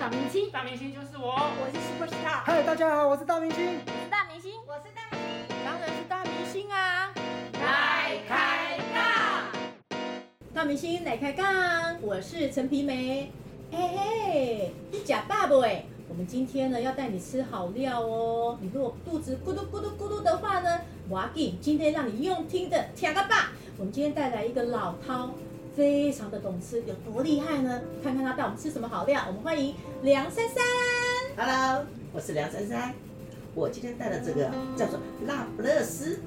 大明星， 大明星就是我， 我是 Superstar。 嗨，大家好，我是大明星。 我是大明星，我是大明星， 当然是大明星啊！ 来开杠！ 大明星来开杠，我是陈皮梅。嘿嘿，是假爸爸哎！我们今天呢要带你吃好料哦。你如果肚子咕嘟咕嘟咕嘟的话呢，我要给今天让你用听的听个吧。我们今天带来一个老饕，非常的懂吃，有多厉害呢？看看他带我们吃什么好料。我们欢迎梁珊珊。 Hello， 我是梁珊珊。我今天带的这个叫做那不勒斯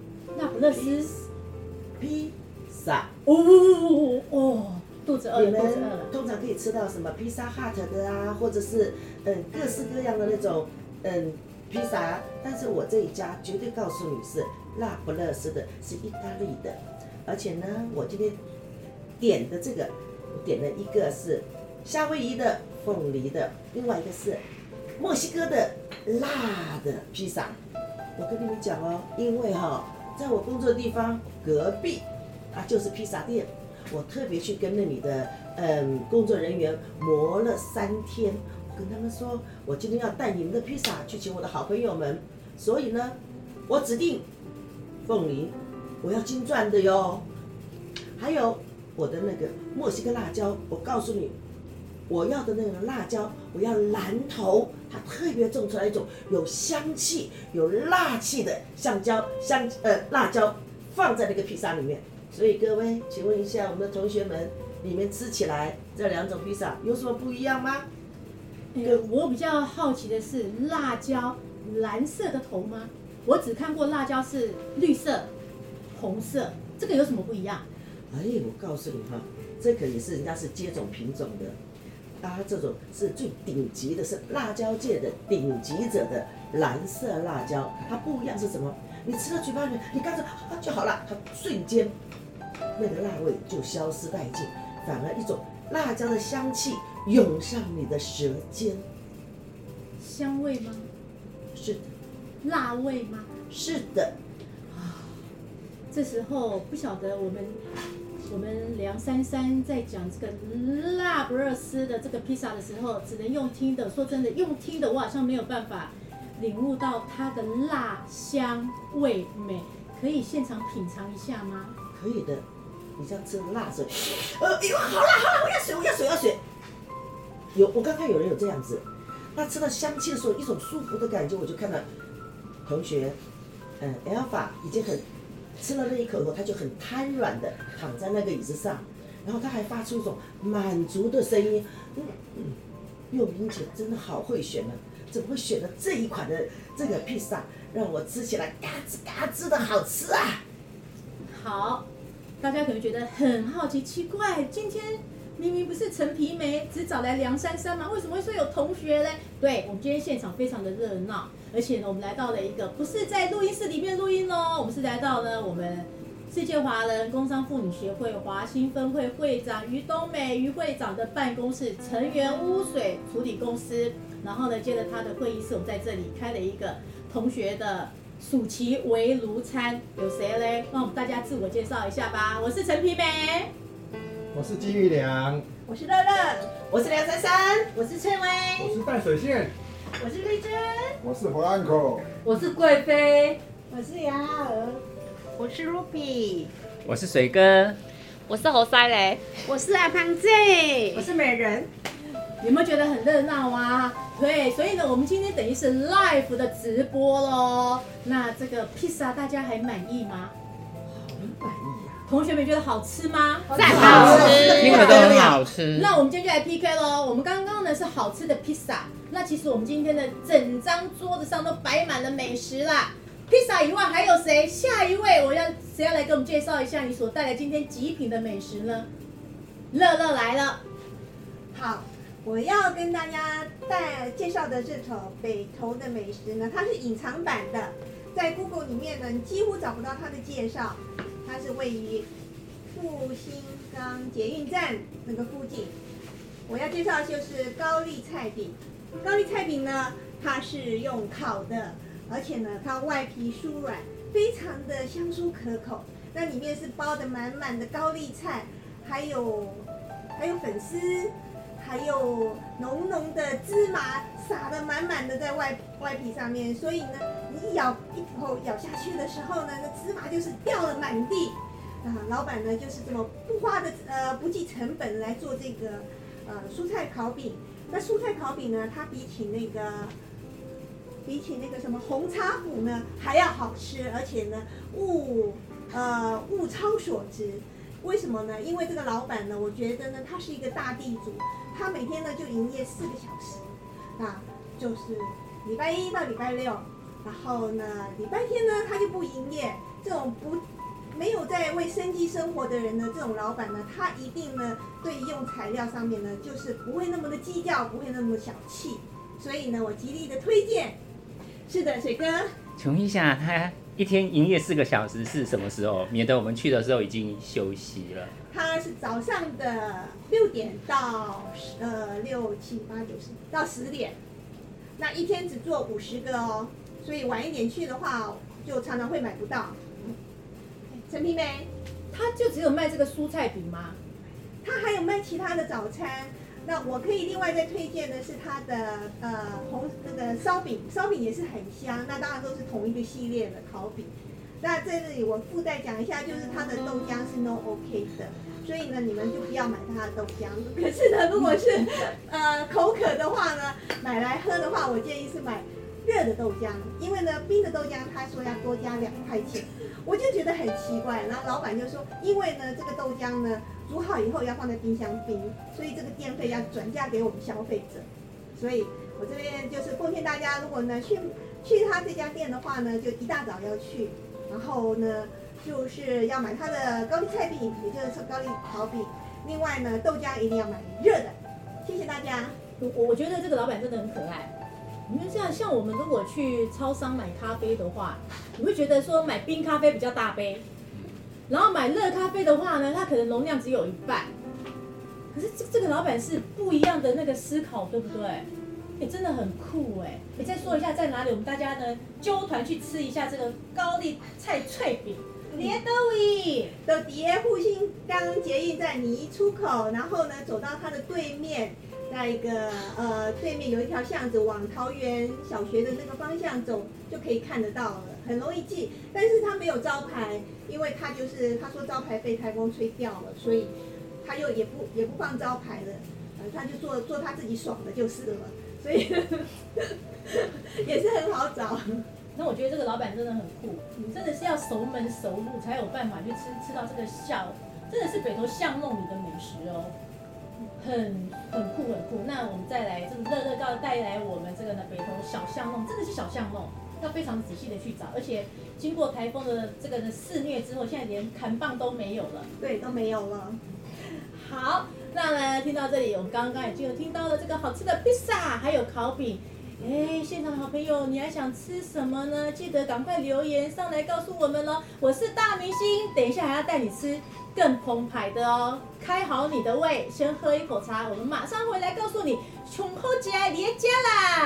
披萨。 哦，肚子饿了， 你们肚子饿了。 通常可以吃到什么披萨 hut 的啊，或者是各式各样的那种披萨啊。但是我这一家绝对告诉你是那不勒斯的，是意大利的。而且呢，我今天点的这个，我点了一个是夏威夷的凤梨的，另外一个是墨西哥的辣的披萨。我跟你们讲哦，因为在我工作的地方隔壁就是披萨店，我特别去跟那里的工作人员磨了3天。我跟他们说，我今天要带你们的披萨去请我的好朋友们，所以呢，我指定凤梨，我要金钻的哟。还有我的那个墨西哥辣椒，我告诉你，我要的那个辣椒，我要蓝头，它特别种出来一种有香气、有辣气的辣椒，放在那个披萨里面。所以各位，请问一下我们的同学们，你们吃起来这2种披萨有什么不一样吗？ 我比较好奇的是，辣椒蓝色的头吗？我只看过辣椒是绿色、红色，这个有什么不一样？ 我告诉你这个也是人家是接种品种的。这种是最顶级的，是辣椒界的顶级者的蓝色辣椒。它不一样是什么？你吃到嘴巴里面，你刚才就好了，它瞬间那个辣味就消失殆尽，反而一种辣椒的香气涌上你的舌尖。 香味吗？ 是的。 辣味吗？ 是的。 这时候不晓得我们梁珊珊在讲这个那不勒斯的这个披萨的时候，只能用听的。说真的，用听的我好像没有办法领悟到它的辣香味美，可以现场品尝一下吗？ 可以的。你这样吃辣的时候，好辣，我要水。我刚看有人有这样子，那吃到香气的时候，一种舒服的感觉，我就看到同学，Alpha 已经很吃了那一口后，他就很瘫软的躺在那个椅子上，然后他还发出一种满足的声音，又明姐真的好会选呢，怎么会选了这一款的这个披萨，让我吃起来嘎吱嘎吱的好吃啊！ 好，大家可能觉得很好奇，奇怪，今天明明不是陈皮梅，只找来梁珊珊吗？为什么会说有同学嘞？对，我们今天现场非常的热闹，而且呢，我们来到了一个不是在录音室里面录音哦，我们是来到了我们世界华人工商妇女协会华兴分会会长于东美于会长的办公室，成员污水处理公司。然后呢，接着他的会议室，我们在这里开了一个同学的暑期围炉餐，有谁嘞？让我们大家自我介绍一下吧。我是陈皮梅。 我是金玉良。 我是乐乐， 我是梁珊珊， 我是翠薇， 我是淡水线。 我是丽珍， 我是何安口。 我是贵妃， 我是杨儿， 我是 Ruby， 我是水哥， 我是侯塞雷， 我是阿胖子， 我是美人。 有没有觉得很热闹啊？对，所以呢，我们今天等于是 live 的直播咯。那这个披萨大家还满意吗？ 很满意呀。 同学们觉得好吃吗？ 赞好吃， 听了都很好吃。 那我们今天就来 PK 咯。我们刚刚呢是好吃的披萨，那其实我们今天的整张桌子上都摆满了美食啦。披萨以外还有谁？下一位谁要来给我们介绍一下你所带来今天极品的美食呢？乐乐来了。 好，我要跟大家介绍的这首北投的美食呢，它是隐藏版的，在 Google 里面呢，你几乎找不到它的介绍。它是位于复兴岗捷运站那个附近。我要介绍的就是高丽菜饼。高丽菜饼呢，它是用烤的，而且呢，它外皮酥软，非常的香酥可口。那里面是包的满满的高丽菜，还有粉丝， 还有浓浓的芝麻撒得满满的在外皮上面，所以呢，你一口咬下去的时候呢，那芝麻就是掉了满地。老板呢就是这么不计成本来做这个蔬菜烤饼。那蔬菜烤饼呢，它比起那个什么红茶饼呢还要好吃，而且呢物超所值。为什么呢？因为这个老板呢，我觉得呢，他是一个大地主，他每天呢就营业4个小时，就是礼拜1到礼拜6，然后呢礼拜天呢他就不营业。这种没有在为生计生活的人呢，这种老板呢，他一定呢对用材料上面呢，就是不会那么的计较，不会那么小气，所以呢，我极力的推荐。是的，水哥。 请问一下，他一天营业4个小时是什么时候？免得我们去的时候已经休息了。 他是早上的6点到6、7、8、9、10到10点，那一天只做50个哦，所以晚一点去的话，就常常会买不到。陈皮梅， 他就只有卖这个蔬菜饼吗？ 他还有卖其他的早餐。那我可以另外再推荐的是他的那个烧饼，烧饼也是很香。那当然都是同一个系列的烤饼。那在这里我附带讲一下，就是它的豆浆是 no OK 的，所以呢你们就不要买它的豆浆。可是呢，如果是口渴的话呢，买来喝的话，我建议是买热的豆浆，因为呢冰的豆浆他说要多加2块钱，我就觉得很奇怪。然后老板就说，因为呢这个豆浆呢煮好以后要放在冰箱冰，所以这个电费要转嫁给我们消费者。所以我这边就是奉劝大家，如果呢去他这家店的话呢，就一大早要去，然后呢就是要买他的高丽菜饼，也就是高丽烤饼。另外呢豆浆一定要买热的。谢谢大家。 我觉得这个老板真的很可爱。你们像我们如果去超商买咖啡的话，你会觉得说买冰咖啡比较大杯，然后买热咖啡的话呢，它可能容量只有1半。可是这个老板是不一样的那个思考，对不对？真的很酷哎！你再说一下在哪里，我们大家呢揪团去吃一下这个高丽菜脆饼。连德伟的叠复兴刚捷运站，你一出口，然后呢走到它的对面，在一个对面有一条巷子，往桃园小学的那个方向走，就可以看得到了，很容易记。但是它没有招牌，因为他说招牌被台风吹掉了，所以他又也不放招牌了，他就做他自己爽的就是了，所以也是很好找。 那我觉得这个老板真的很酷，真的是要熟门熟路才有办法去吃到这个真的是北投巷弄里的美食哦，很酷很酷。那我们再来这个热要带来我们这个呢北投小巷弄，真的是小巷弄，要非常仔细的去找，而且经过台风的这个肆虐之后，现在连看棒都没有了， 对，都没有了。 好，那呢听到这里，我们刚刚已经有听到了这个好吃的披萨，还有烤饼。现场的好朋友，你还想吃什么呢？记得赶快留言上来告诉我们咯。我是大明星，等一下还要带你吃更澎湃的哦。开好你的胃，先喝一口茶，我们马上回来告诉你，穷后起来连家啦。